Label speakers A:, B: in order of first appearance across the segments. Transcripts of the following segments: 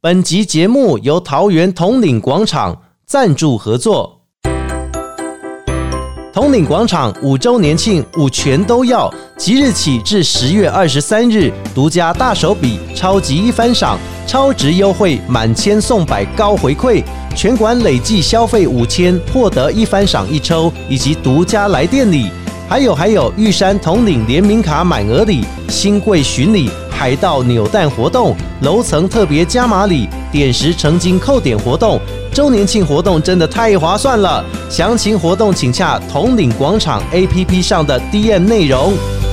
A: 本集节目由桃园统领广场赞助合作。统领广场5周年庆5全都要，即日起至10月23日，独家大手笔超级一番赏，超值优惠，满千送百高回馈，全馆累计消费5000获得一番赏一抽，以及独家来电礼。还有玉山统领联名卡满额礼、新贵巡礼、海盗扭蛋活动、楼层特别加码礼、点石成金扣点活动。周年庆活动真的太划算了，详情活动请洽统领广场 APP 上的 DM 内容。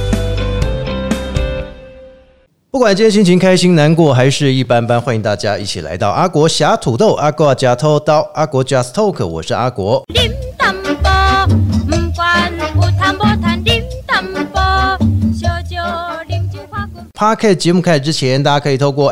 A: 不管今天心情开心、难过还是一般般，欢迎大家一起来到阿国侠土豆，阿国加偷刀，阿国 Just Talk， 我是阿国。Podcast 节目开始之前，大家可以透过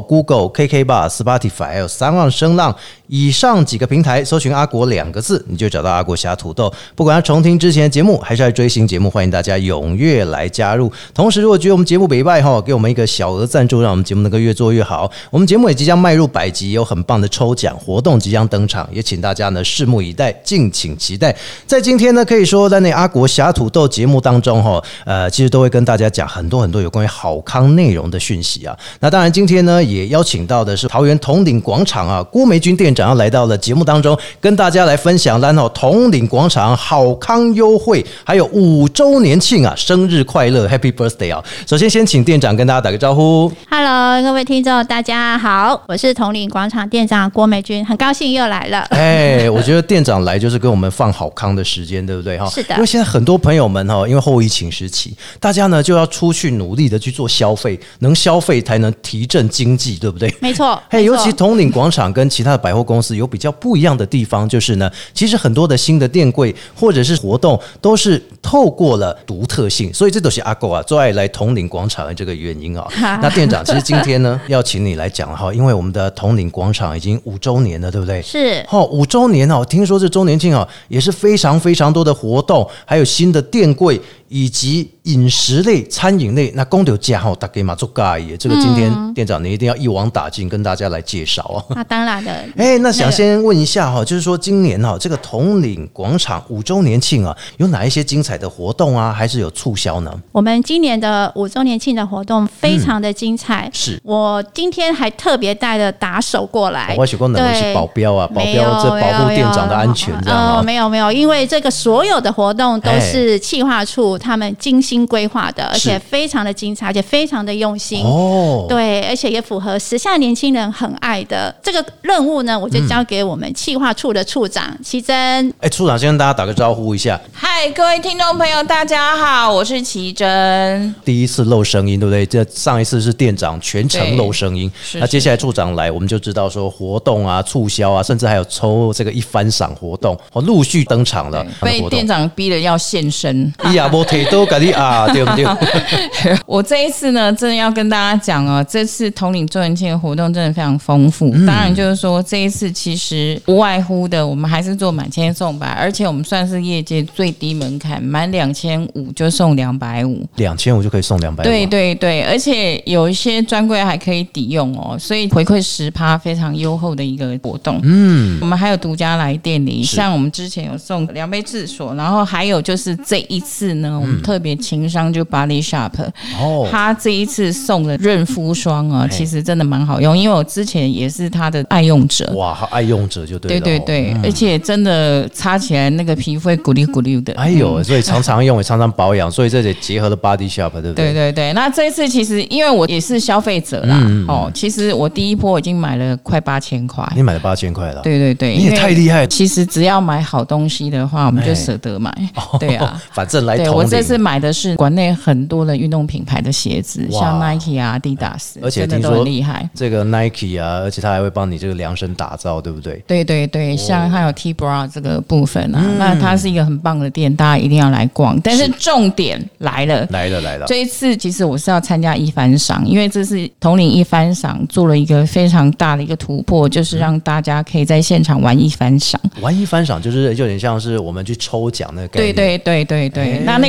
A: Apple、Google、KKBOX、Spotify 还有三浪声浪以上几个平台搜寻阿国2个字，你就找到阿国侠土豆。不管要重听之前的节目还是要追新节目，欢迎大家踊跃来加入。同时如果觉得我们节目不错，给我们一个小额赞助，让我们节目能够越做越好。我们节目也即将迈入100集，有很棒的抽奖活动即将登场，也请大家呢拭目以待，敬请期待。在今天呢，可以说在那阿国侠土豆节目当中其实都会跟大家讲很多有关于好康内容的讯息啊。那当然今天呢也邀请到的是桃园统领广场啊，郭梅君店长要来到了节目当中，跟大家来分享统领广场好康优惠，还有5周年庆啊，生日快乐 Happy Birthday 啊！首先先请店长跟大家打个招呼。
B: Hello 各位听众大家好，我是统领广场店长郭梅君，很高兴又来了。
A: 我觉得店长来就是跟我们放好康的时间，对不对？
B: 是的，
A: 因为现在很多朋友们因为后疫情时期，大家呢就要出去努力的去做消费，能消费才能提振经济，对不对？
B: 没错。
A: 尤其统领广场跟其他的百货公司有比较不一样的地方，就是呢，其实很多的新的店柜或者是活动都是透过了独特性，所以这都是阿狗最爱来统领广场的这个原因啊。那店长，其实今天呢要请你来讲因为我们的统领广场已经5周年了，对不对？
B: 是。
A: 5周年听说这周年庆也是非常非常多的活动，还有新的店柜以及饮食类、餐饮类，那讲到这大家嘛做介意，这个今天店长你一定要一网打尽，跟大家来介绍
B: 那当然的。
A: 那想先问一下就是说今年这个统领广场5周年庆有哪一些精彩的活动啊？还是有促销呢？
B: 我们今年的5周年庆的活动非常的精彩。
A: 是。
B: 我今天还特别带了打手过来。
A: 我想说能是保镖啊，保镖这保护店长的安全这样吗？
B: 没有，因为这个所有的活动都是企划处他们精心规划的，而且非常的精彩，而且非常的用心。对，而且也符合时下年轻人很爱的这个任务呢，我就交给我们企划处的处长齐珍。
A: 处长先跟大家打个招呼一下。
C: 嗨，各位听众朋友大家好，我是齐珍。
A: 第一次露声音，对不对？这上一次是店长全程露声音，那接下来处长来，我们就知道说活动啊、促销啊，甚至还有抽这个一番赏活动陆续登场了。
C: 被店长逼得要现身，
A: 没腿都给你对不对？
C: 我这一次呢，真的要跟大家讲这次统领周年庆的活动真的非常丰富。当然就是说这一次其实不外乎的，我们还是做满千送百，而且我们算是业界最低门槛，满2500就送250，2500
A: 就可以送250。
C: 对，而且有一些专柜还可以抵用所以回馈10%，非常优厚的一个活动。我们还有独家来店礼，像我们之前有送2杯治所，然后还有就是这一次呢，我们特别情商就 Body Shop，他这一次送的润肤霜其实真的蛮好用，因为我之前也是他的爱用者。
A: 哇，爱用者就对了。
C: 对，而且真的擦起来那个皮肤会咕溜咕溜的。
A: 所以常常用也常常保养，所以这也结合了 Body Shop， 对不对？
C: 对。那这一次其实因为我也是消费者啦，其实我第一波已经买了快8000块。
A: 你买了8000块了？
C: 对，
A: 你也太厉害了。
C: 其实只要买好东西的话，我们就舍得买。对啊，
A: 反正来统领。
C: 我这次买的是馆内很多的运动品牌的鞋子，像 Nike 啊、Adidas，
A: 而且
C: 真的都很厉害。
A: 这个 Nike 啊，而且他还会帮你这个量身打造，对不对？
C: 对，像还有 T-Bra 这个部分那它是一个很棒的店，大家一定要来逛。但是重点来了。这一次其实我是要参加一番赏，因为这是统领一番赏做了一个非常大的一个突破，就是让大家可以在现场玩一番赏。
A: 玩一番赏就是有点像是我们去抽奖那个概念。
C: 对，那个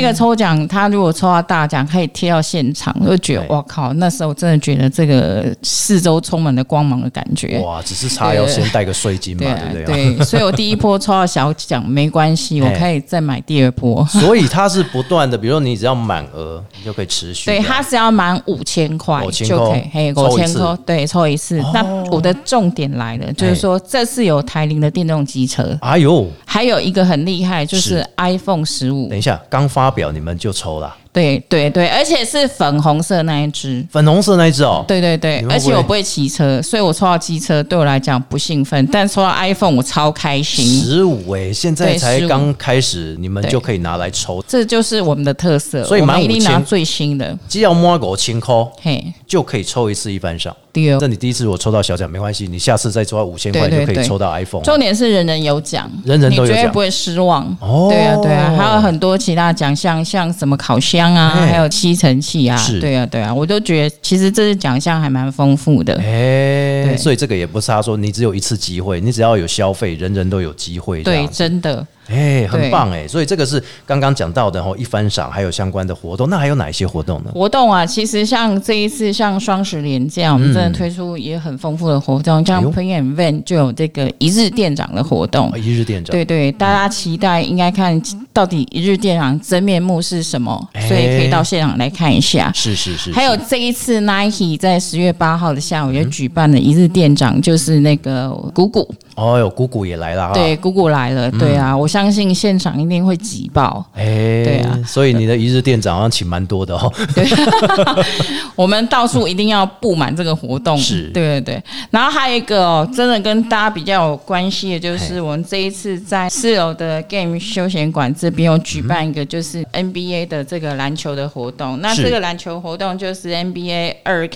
C: 个抽奖，他如果抽到大奖，可以贴到现场，就觉得哇靠，那时候真的觉得这个四周充满了光芒的感觉。
A: 哇，只是差要先带个税金嘛，对不对？
C: 对，所以我第一波抽到小奖没关系，我可以再买第二波。
A: 所以它是不断的，比如说你只要满额，你就可以持续。
C: 对，它是要满5000块就可以，嘿，5000块，对，抽一次。那我的重点来了，就是说这次有台铃的电动机车，
A: 哎呦，
C: 还有一个很厉害，就是 iPhone 15。
A: 等一下，刚发表你们就抽了。
C: 对对对，而且是粉红色那一只，
A: 粉红色那一只哦。
C: 对对对，而且我不会骑车，所以我抽到机车对我来讲不兴奋，但抽到 iPhone 我超开心。
A: 15现在才刚开始，你们就可以拿来抽，
C: 这就是我们的特色。
A: 所以满5000
C: 一定拿最新的，
A: 只要摸5000块，
C: 嘿，
A: 就可以抽一次一番赏。这你第一次我抽到小奖没关系，你下次再抽到5000块就可以抽到 iPhone。
C: 重点是人人有奖，
A: 人人都有奖，
C: 你绝对不会失望。哦，对啊对啊，还有很多其他奖项，像什么烤箱啊，还有吸尘器啊，对啊对啊，我都觉得其实这些奖项还蛮丰富的。
A: 对，所以这个也不是他说你只有一次机会，你只要有消费，人人都有机会。
C: 对，真的。
A: 很棒所以这个是刚刚讲到的一番赏，还有相关的活动。那还有哪一些活动呢？
C: 活动啊，其实像这一次像双十连这样，我们真的推出也很丰富的活动，像 Print and Van 就有这个一日店长的活动。
A: 一日店长，
C: 对对，大家期待应该看到底一日店长真面目是什么，所以可以到现场来看一下。
A: 是。
C: 还有这一次 Nike 在10月8号的下午也举办了一日店长，就是那个谷谷。
A: 哦哟，谷谷也来了。
C: 对，谷谷来了。对啊，我相信现场一定会挤爆。对啊，
A: 所以你的一日店长好像请蛮多的哦。对，
C: 我们到处一定要布满这个活动。是，对对对。然后还有一个真的跟大家比较有关系的，就是我们这一次在4楼的 Game 休闲馆这边有举办一个就是 NBA 的这个篮球的活动。那这个篮球活动就是 NBA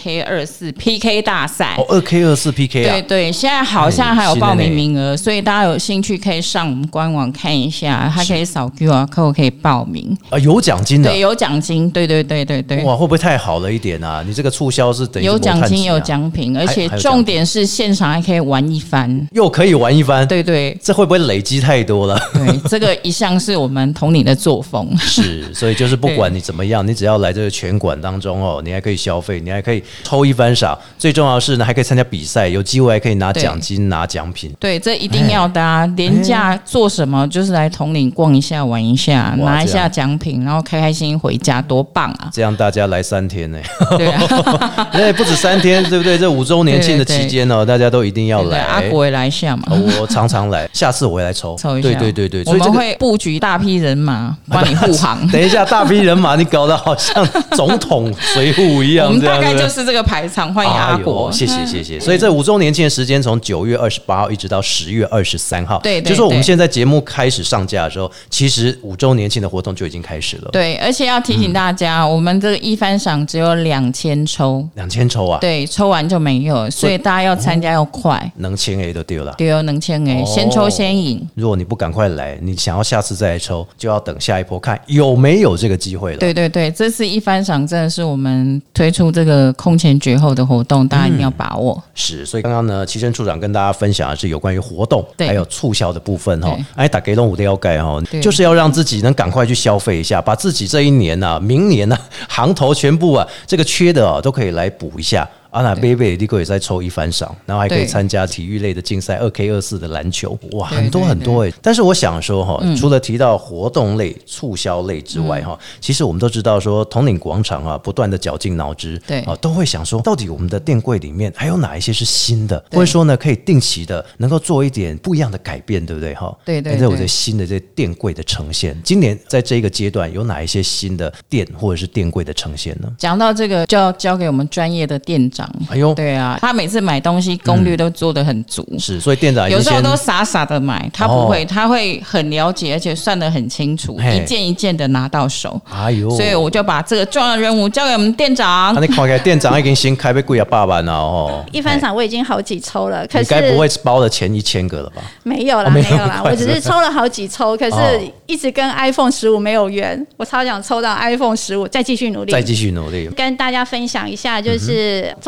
C: 2K24 PK 大赛。
A: 2K24 PK 啊。
C: 对对，现在好像还有报名名额，所以大家有兴趣可以上我们官网看一下，它可以扫 QR code 可以报名
A: 有奖金的。
C: 对，有奖金，对对对对对。
A: 哇，会不会太好了一点啊？你这个促销是等于
C: 有奖金有奖品，而且重点是现场还可以玩一番，
A: 又可以玩一番。
C: 对对，
A: 这会不会累积太多了？
C: 对，这个一向是我们统领的作风。
A: 是，所以就是不管你怎么样，你只要来这个拳馆当中你还可以消费，你还可以抽一番赏，最重要的是呢，还可以参加比赛，有机会还可以拿奖金拿奖品。
C: 对，这一定要的啊！连假做什么？就是来统领逛一下、玩一下，拿一下奖品，然后开开心心回家，多棒啊！
A: 这样大家来3天呢？对啊，因为不止3天，对不对？这5周年庆的期间大家都一定要来。
C: 阿国也来一下嘛，
A: 我常常来，下次我会来抽
C: 一下。
A: 对，
C: 我们会布局大批人马帮你护航。
A: 等一下，大批人马，你搞得好像总统随扈一样。
C: 我们大概就是这个排场，欢迎阿国。
A: 谢谢。所以这5周年庆的时间从9月28号一直到10月23号。
C: 对，
A: 就是说我们现在节目开始上架的时候，其实5周年庆的活动就已经开始了。
C: 对，而且要提醒大家，我们这个一番赏只有2000抽
A: ，2000抽啊？
C: 对，抽完就没有，所以大家要参加要快，
A: 能签 A 都丢了。
C: 对，能签 A，先抽先赢。
A: 如果你不赶快来，你想要下次再来抽，就要等下一波看有没有这个机会了。
C: 对，这次一番赏真的是我们推出这个空前绝后的活动，大家一定要把握。
A: 是，所以刚刚呢，齐生处长跟大家分享的是有关于活动还有促销的部分打给龙5的要盖就是要让自己能赶快去消费一下，把自己这一年明年行头全部这个缺的都可以来补一下。那贝贝立刻也在抽一番赏，然后还可以参加体育类的竞赛，2K24的篮球，哇，很多很多但是我想说除了提到活动类、促销类之外其实我们都知道说统领广场不断的绞尽脑汁，都会想说到底我们的店柜里面还有哪一些是新的，或者说呢可以定期的能够做一点不一样的改变，对不对？
C: 对，
A: 这我的新的这店柜的呈现，今年在这个阶段有哪一些新的店或者是店柜的呈现呢？
C: 讲到这个就要交给我们专业的店长。哎呦，对啊，他每次买东西攻略都做得很足，
A: 是，所以店长
C: 有时候都傻傻的买，他不会，他会很了解，而且算得很清楚，一件一件的拿到手。哎呦，所以我就把这个重要任务交给我们店长。
A: 你看起来店长已经新开被贵8万了
B: 一番赏我已经好几抽了，可是
A: 你该不会包了前1000个了吧？
B: 没有啦，我只是抽了好几抽，可是一直跟 iPhone 15没有缘。我超想抽到 iPhone 15，再继续努力，
A: 跟
B: 大家分享一下，就是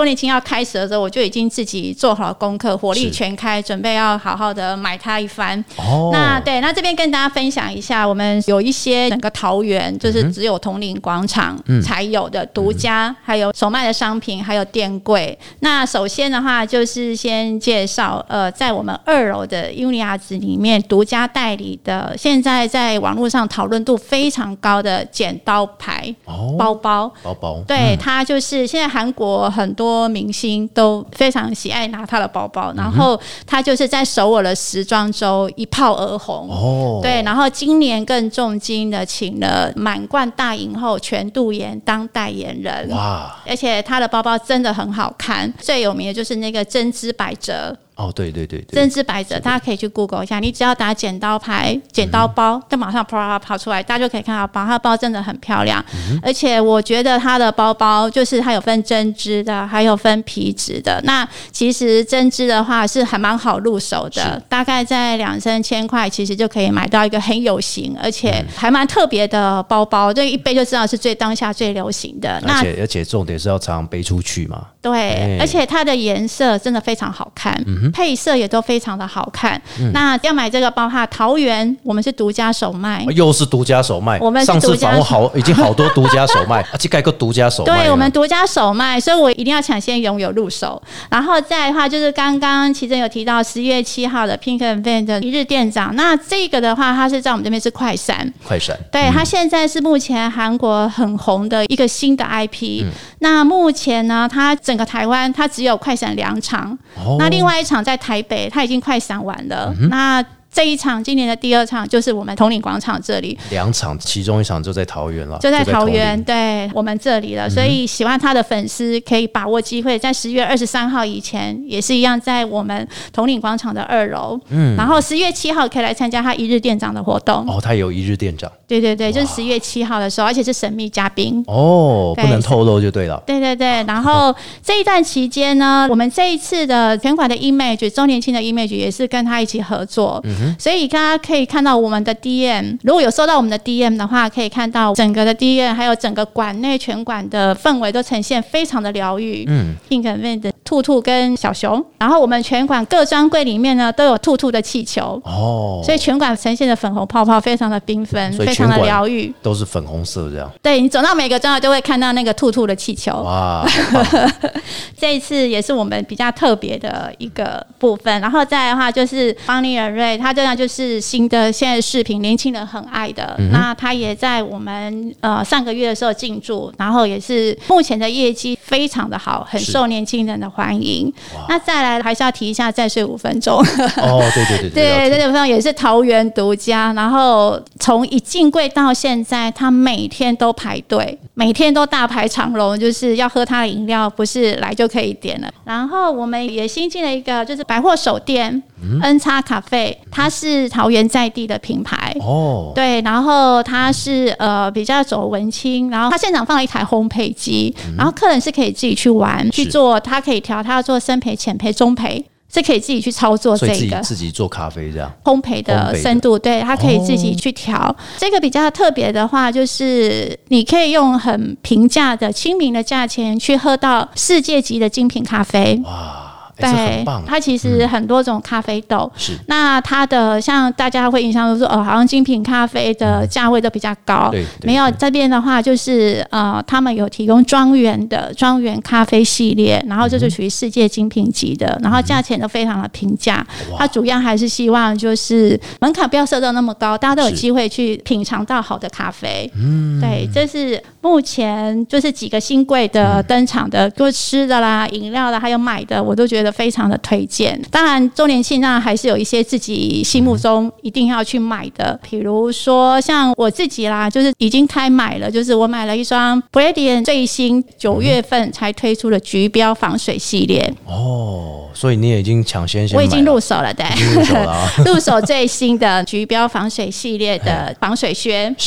B: 周年庆要开始的时候，我就已经自己做好了功课，火力全开，准备要好好的买它一番。那这边跟大家分享一下，我们有一些整个桃园就是只有统领广场才有的独家，还有手卖的商品，还有店柜。那首先的话，就是先介绍在我们2楼的 Uniaz 里面独家代理的，现在在网络上讨论度非常高的剪刀牌包包。对，它就是现在韩国很多明星都非常喜爱拿它的包包，然后它就是在首尔的时装周一炮而红。对，然后今年更重金的请了满贯大影后全度妍当代言人。哇！而且它的包包真的很好看，最有名的就是那个针织百褶。
A: 对，
B: 针织百褶，大家可以去 Google 一下，你只要打剪刀牌、剪刀包，就马上啪跑出来，大家就可以看到包。它的包真的很漂亮，而且我觉得它的包包就是它有分针织的，还有分皮质的。那其实针织的话是还蛮好入手的，大概在2-3千块，其实就可以买到一个很有型，而且还蛮特别的包包。这一背就知道是最当下最流行的。
A: 而且重点是要常常背出去嘛。
B: 对，而且它的颜色真的非常好看。配色也都非常的好看。那要买这个包哈，桃园我们是独家首卖，
A: 又是独家首卖。
B: 我们
A: 上次访问已经好多独家首卖，这个独家首卖。
B: 对，我们独家首卖，所以我一定要抢先拥有入手。然后再来的话，就是刚刚奇珍有提到10月7号的 Pink and Van 的一日店长。那这个的话，它是在我们这边是快闪。对，它现在是目前韩国很红的一个新的 IP。那目前呢，它整个台湾它只有快闪2场，那另外一场在台北，它已经快闪完了。那这一场今年的第2场就是我们统领广场这里
A: ，2场，其中1场就在桃园了，
B: 就在桃园，对我们这里了。所以喜欢他的粉丝可以把握机会，在10月23号以前也是一样，在我们统领广场的2楼。然后10月7号可以来参加他一日店长的活动。
A: 他有一日店长。
B: 对，就是10月7号的时候，而且是神秘嘉宾。
A: 不能透露就对了。
B: 对。然后这一段期间呢，我们这一次的全馆的 image 周年庆的 image 也是跟他一起合作。所以大家可以看到我们的 DM， 如果有收到我们的 DM 的话，可以看到整个的 DM 还有整个馆内全馆的氛围都呈现非常的疗愈。Pink and Van 的兔兔跟小熊，然后我们全馆各专柜里面呢都有兔兔的气球。所以全馆呈现的粉红泡泡非常的缤纷，非常的疗愈，
A: 都是粉红色这样。
B: 对，你走到每个专柜都会看到那个兔兔的气球。哇！这一次也是我们比较特别的一个部分。然后再来的话就是邦尼尔瑞，他这样就是新的现在的饰品，年轻人很爱的。那他也在我们上个月的时候进驻，然后也是目前的业绩非常的好，很受年轻人的欢迎。那再来还是要提一下再睡5分钟。对，这地方也是桃园独家。然后从一进柜到现在，他每天都排队，每天都大排长龙，就是要喝他的饮料，不是来就可以点了。然后我们也新进了一个就是百货手店，N 叉咖啡，它是桃园在地的品牌。对，然后它是比较走文青，然后它现场放了一台烘焙机，然后客人是可以自己去玩去做，它可以调，它要做深焙、浅焙、中焙。是可以自己去操作这个，
A: 所以自己做咖啡这样，
B: 烘焙的深度，对，它可以自己去调。这个比较特别的话，就是你可以用很平价的、亲民的价钱去喝到世界级的精品咖啡。哇！对，它其实很多种咖啡豆。是，那它的像大家会印象说，好像精品咖啡的价位都比较高。对，没有这边的话，就是他们有提供庄园咖啡系列，然后这就属于世界精品级的，然后价钱都非常的平价。它主要还是希望就是门槛不要设到那么高，大家都有机会去品尝到好的咖啡。对，这是目前就是几个新柜的登场的，就吃的啦、饮料啦，还有买的，我都觉得非常的推荐。当然周年庆上还是有一些自己心目中一定要去买的，比如说像我自己啦，就是已经开买了，就是我买了一双 Brilliant 最新9月份才推出的橘标防水系列。
A: 所以你也已经抢先买了。
B: 我已经入手了，对，
A: 入手了啊。
B: 入手最新的橘标防水系列的防水靴，是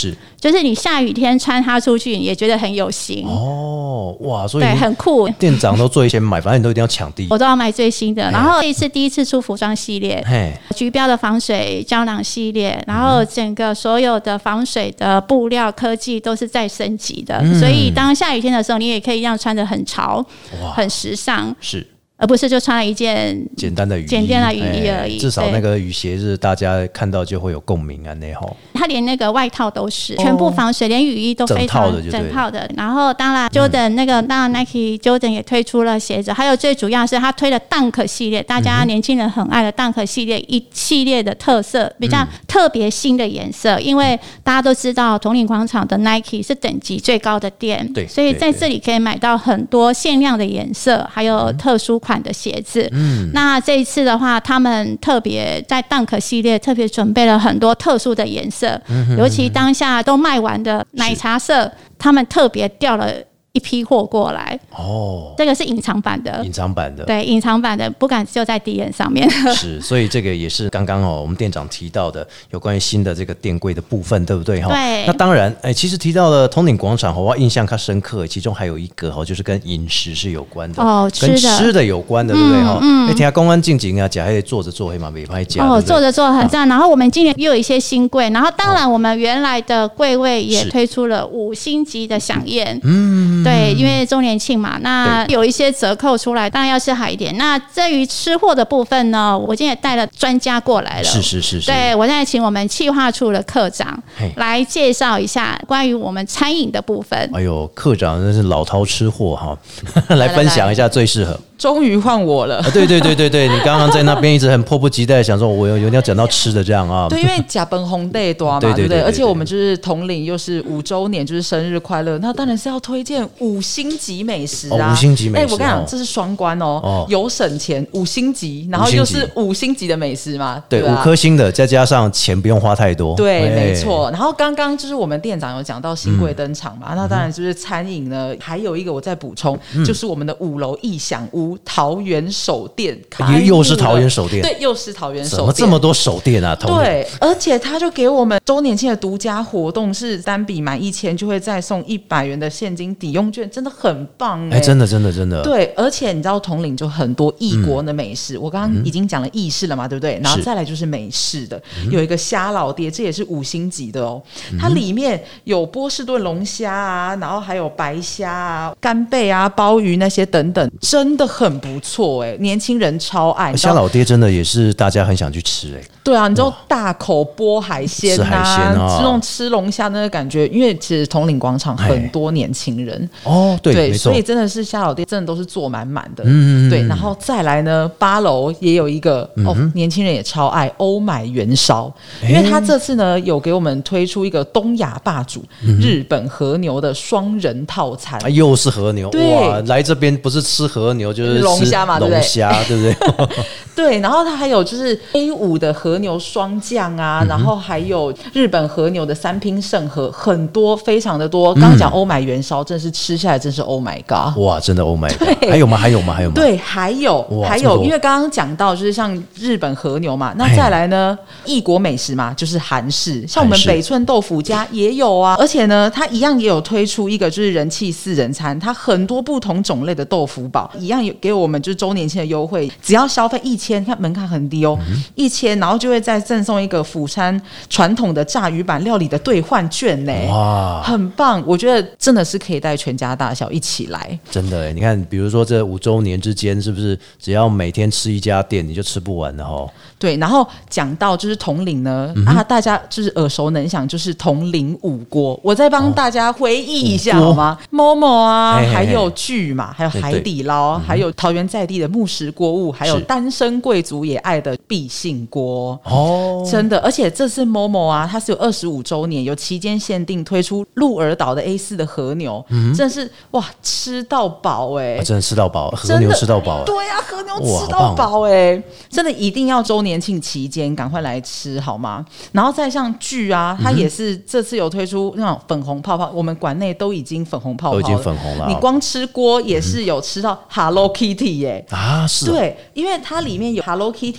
B: 就是你下雨天穿它出去也觉得很有型
A: 哦。哇，所以
B: 对，很酷。
A: 店长都最先买，反正你都一定要抢第一，
B: 我都要买最新的。然后这一次第一次出服装系列，橘标的防水胶囊系列，然后整个所有的防水的布料科技都是在升级的，所以当下雨天的时候，你也可以这样穿得很潮、很时尚。
A: 是。
B: 而不是就穿了一件
A: 简单的雨
B: 衣而已，
A: 至少那个雨鞋是大家看到就会有共鸣啊，
B: 它连那个外套都是全部防水，连雨衣都非常整套的。然后当然 Jordan 当然 Nike Jordan 也推出了鞋子，还有最主要是它推了 Dunk 系列，大家年轻人很爱的 Dunk 系列，一系列的特色比较特别新的颜色，因为大家都知道统领广场的 Nike 是等级最高的店，对，所以在这里可以买到很多限量的颜色，还有特殊款的鞋子。那这一次的话，他们特别在 Dunk 系列特别准备了很多特殊的颜色，尤其当下都卖完的奶茶色，他们特别调了一批货过来这个是隐藏版的，对，隐藏版的不敢就在 D N 上面
A: 是，所以这个也是刚刚我们店长提到的有关于新的这个店柜的部分，对不对？
B: 对。
A: 那当然，其实提到了统领广场，我印象较深刻，其中还有一个就是跟饮食是有关的跟吃的有关的，对不对？听公安进警啊，假还坐着做黑马没拍假
B: 坐着做很赞。然后我们今年又有一些新柜，然后当然我们原来的柜位也推出了5星级的飨宴，对，因为周年庆嘛，那有一些折扣出来，当然要吃好一点。那至于吃货的部分呢，我今天也带了专家过来了，
A: 是。
B: 对，我现在请我们企划处的科长来介绍一下关于我们餐饮的部分。
A: 哎呦，科长真是老饕吃货哈，来分享一下最适合。
D: 终于换我了，
A: 对，你刚刚在那边一直很迫不及待想说，我有要讲到吃的这样啊。
D: 对，因为甲本红day多嘛，对不对？而且我们就是统领又是5周年，就是生日快乐，那当然是要推荐5星级美食啊
A: ！5星级美食，
D: 我跟你讲，这是双关哦，有省钱5星级，然后又是5星级的美食嘛，
A: 对，5颗星的，再加上钱不用花太多，
D: 对，没错。然后刚刚就是我们店长有讲到新柜登场嘛，那当然就是餐饮呢，还有一个我再补充，就是我们的5楼异想屋桃园手店，
A: 又是桃园手店，
D: 对，又是桃园手店，
A: 怎么这么多手店啊？
D: 对，而且他就给我们周年庆的独家活动，是单笔满1000就会再送100元的现金抵用券，真的很棒
A: 真的。
D: 对，而且你知道统领就很多异国的美食，我刚刚已经讲了意式了嘛，对不对？然后再来就是美式的，有一个虾老爹，这也是5星级的哦。它里面有波士顿龙虾啊，然后还有白虾啊、干贝啊、鲍鱼那些等等，真的很不错年轻人超爱。
A: 虾老爹真的也是大家很想去吃
D: 对啊，你知道大口剥海鲜啊，这种吃龙虾那个感觉，因为其实统领广场很多年轻人对，所以真的是虾老爹真的都是坐满满的。对，然后再来呢，8楼也有一个年轻人也超爱欧买元烧，因为他这次呢有给我们推出一个东亚霸主日本和牛的双人套餐，
A: 又是和牛，哇，来这边不是吃和牛就是吃
D: 龙虾嘛，对不对？
A: 对不对？
D: 对，然后它还有就是 A5 的和牛双酱啊，然后还有日本和牛的3拼盛合，很多，非常的多。刚刚讲欧买元烧，真是吃下来真是 Oh my God！
A: 哇，真的 Oh my God！ 还有吗？对，
D: 还有，因为刚刚讲到就是像日本和牛嘛，那再来呢，异国美食嘛，就是韩式，像我们北村豆腐家也有啊，而且呢，它一样也有推出一个就是人气4人餐，它很多不同种类的豆腐堡，一样有给我们就是周年庆的优惠，只要消费1000，看门槛很低哦，1000，然后就会再赠送一个釜山传统的炸鱼板料理的兑换券呢，哇，很棒！我觉得真的是可以带全家大小一起来，
A: 真的你看，比如说这5周年之间，是不是只要每天吃一家店，你就吃不完了哈？
D: 对，然后讲到就是统领呢，大家就是耳熟能详，就是统领5锅，我再帮大家回忆一下好吗？Momo 啊，还有聚嘛，还有海底捞，还有桃园在地的木石锅物，还有单身贵族也爱的必信锅真的，而且这次 Momo 啊，它是有25周年，有期间限定推出鹿儿岛的 A4 的和牛，真的是哇，吃到饱
A: 真的吃到饱，和牛吃到饱，
D: 对啊，和牛吃到饱真的一定要周年庆期间赶快来吃好吗？然后再像聚啊，它也是这次有推出那种粉红泡泡，我们馆内都已经粉红泡泡了，
A: 都已经粉红了，
D: 你光吃锅也是有吃到 Hello Kitty
A: 是
D: 对，因为它里面有 Hello Kitty 的一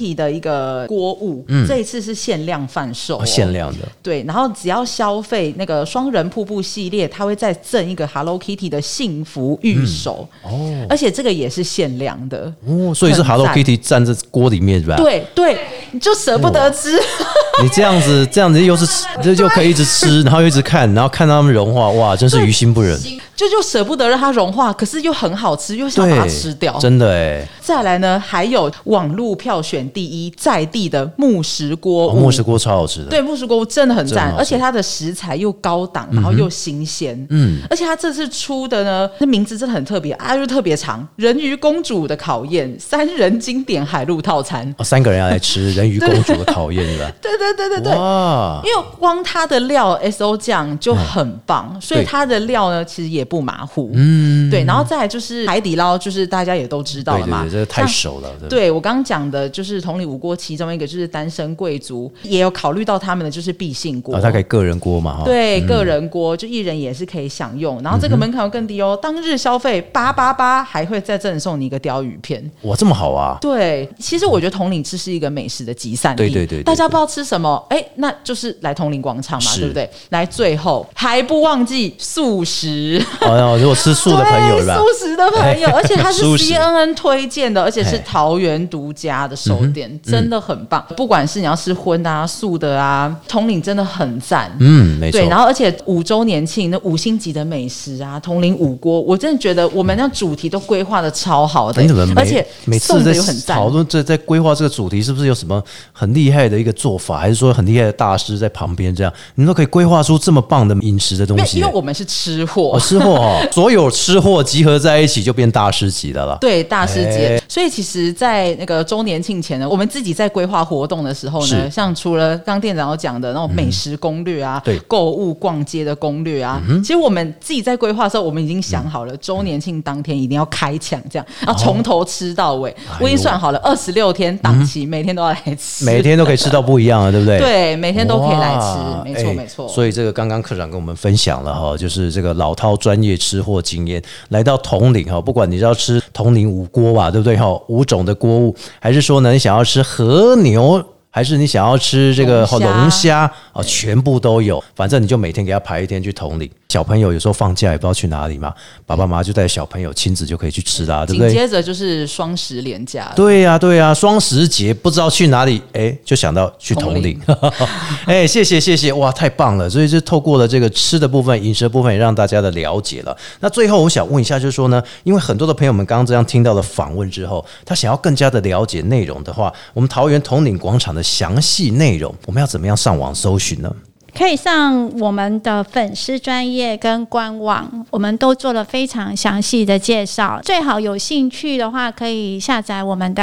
D: 个锅物，这一次是限量贩售
A: 限量的。
D: 对，然后只要消费那个双人瀑布系列，它会再赠一个 Hello Kitty 的幸福玉手而且这个也是限量的
A: 所以是 Hello Kitty 站在锅里面是吧？
D: 对对，你就舍不得吃。
A: 你这样子又是就可以一直吃，然后又一直看，然后看到它们融化，哇，真是于心不忍。
D: 就舍不得让它融化，可是又很好吃，又想把它吃掉，
A: 真的哎。
D: 再来呢，还有网络票选第一在地的木石锅物，
A: 木石锅超好吃的。
D: 对，木石锅物真的很赞，而且它的食材又高档，然后又新鲜。而且它这次出的呢，那名字真的很特别就特别长，人鱼公主的考验3人经典海陆套餐
A: ，3个人要来吃人鱼公主的考验是吧？
D: 对，因为光它的料 SO 酱就很棒，所以它的料呢其实也不马虎。对，然后再来就是海底捞，就是大家也都知道了嘛，
A: 对，这个太熟了。
D: 对，我刚刚讲的就是同里5锅，其中一个就是单身贵族，也有考虑到他们的就是必信锅，
A: 它可以个人锅嘛，
D: 对，个人锅就1人也是可以享用，然后这个门槛又更低当日消费888，还会再赠送你一个鲷鱼片。
A: 哇，这么好啊！
D: 对，其实我觉得统领这是一个美食的集散地，
A: 对，
D: 大家不知道吃什么，那就是来统领广场嘛，对不对？来，最后还不忘记素食
A: 如果吃素的朋友是吧？
D: 素食的朋友，而且它是 CNN 推荐的，而且是桃园独家的手点，真的很棒。不管是你要吃荤的啊、素的啊，统领真的很赞。
A: 没错。
D: 对，然后而且5周年庆那5星级的美食啊，统领5锅，我真的觉得我们那主题都规划的超好的，而且
A: 每次在讨论在规划这个主题，是不是有什么很厉害的一个做法，还是说很厉害的大师在旁边这样，你们都可以规划出这么棒的饮食的东西？
D: 因为我们是吃货，
A: 吃货所有吃货集合在一起就变大师级的了。
D: 对，大师级。所以其实在那个周年庆前呢，我们自己在规划活动的时候呢，像除了刚店长有讲的那种美食攻略啊，购物逛街的攻略啊，其实我们自己在规划的时候，我们已经想好了，周年庆当天一定要开抢，这样，然后从头吃到尾。我已经算好了，26天档期，每天都要来吃，
A: 每天都可以吃到不一样的，对不对？
D: 对，每天都可以来吃，没错。
A: 所以这个刚刚科长跟我们分享了就是这个老饕专业吃货经验，来到统领不管你是要吃统领5锅吧，对不对？5种的锅物，还是说呢你想要吃和牛，还是你想要吃这个龙虾全部都有。反正你就每天给他排一天去统领。小朋友有时候放假也不知道去哪里嘛，爸爸妈妈就带小朋友亲子就可以去吃啦，对不对？
D: 紧接着就是双10连假。
A: 对呀，双10节不知道去哪里，就想到去统领。谢谢，哇，太棒了！所以就透过了这个吃的部分、饮食的部分，也让大家的了解了。那最后我想问一下，就是说呢，因为很多的朋友们刚刚这样听到了访问之后，他想要更加的了解内容的话，我们桃园统领广场的详细内容，我们要怎么样上网搜寻呢？
B: 可以上我们的粉丝专页跟官网，我们都做了非常详细的介绍。最好有兴趣的话，可以下载我们的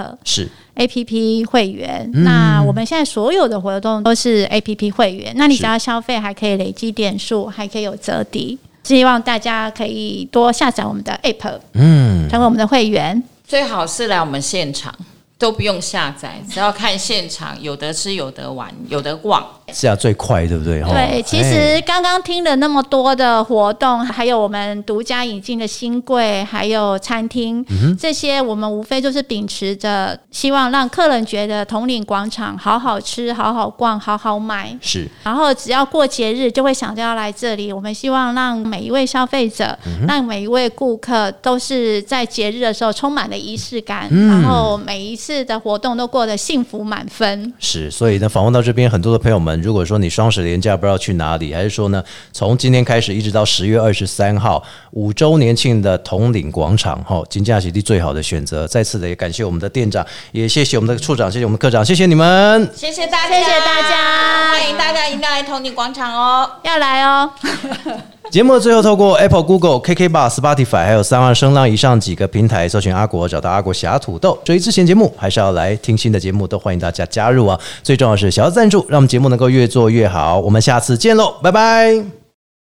B: APP 会员。那我们现在所有的活动都是 APP 会员，那你只要消费还可以累积点数，还可以有折抵。希望大家可以多下载我们的 APP，成为我们的会员。
C: 最好是来我们现场，都不用下载，只要看现场，有得吃，有得玩，有得逛，
A: 这样最快，对不对？
B: 对，其实刚刚听了那么多的活动，还有我们独家引进的新柜，还有餐厅，这些我们无非就是秉持着希望让客人觉得统领广场好好吃、好好逛、好好买，
A: 是。
B: 然后只要过节日就会想着要来这里。我们希望让每一位消费者，让每一位顾客都是在节日的时候充满了仪式感，然后每一次的活动都过得幸福满分。
A: 是，所以呢，访问到这边很多的朋友们，如果说你双10连假不知道去哪里，还是说呢，从今天开始一直到10月23号5周年庆的统领广场，金价喜地最好的选择。再次的也感谢我们的店长，也谢谢我们的处长，谢谢我们科长，谢谢你们，
C: 谢谢大家，
B: 谢谢大家，
C: 欢迎大家一定要来统领广场哦，
B: 要来哦。
A: 节目的最后，透过 Apple、Google、KKBOX、Spotify 还有32声浪以上几个平台搜寻阿国，找到阿国侠土豆。所以之前节目还是要来听新的节目，都欢迎大家加入啊！最重要的是小额赞助，让我们节目能够越做越好。我们下次见喽，拜拜。